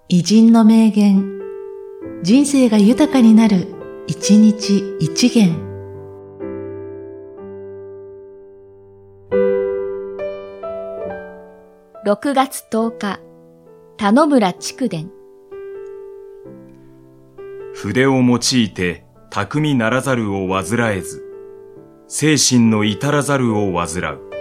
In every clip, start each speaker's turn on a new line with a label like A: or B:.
A: 偉人の名言、人生が豊かになる、一日一元。
B: 6月10日、田野村筑伝。
C: 筆を用いて巧みならざるを患えず、精神の至らざるを患う。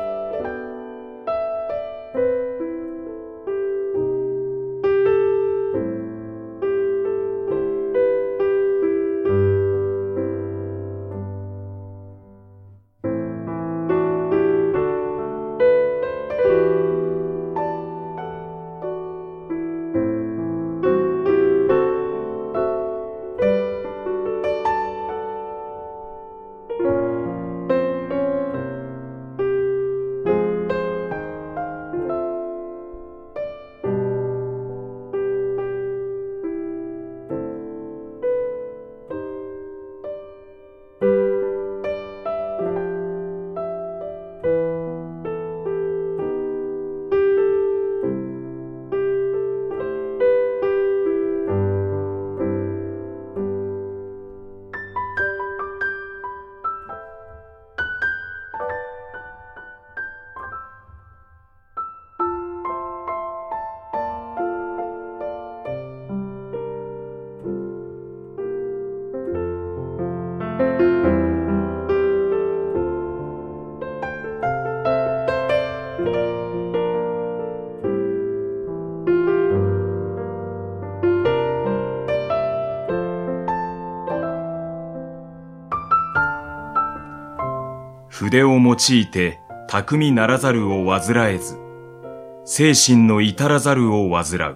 C: 筆を用いて巧みならざるを患えず、精神の至らざるを患う。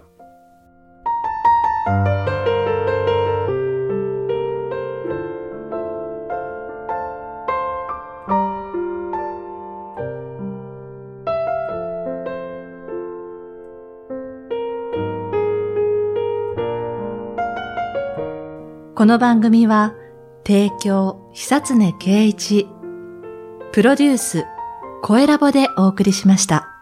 A: この番組は、提供、久常圭一、プロデュース、声ラボでお送りしました。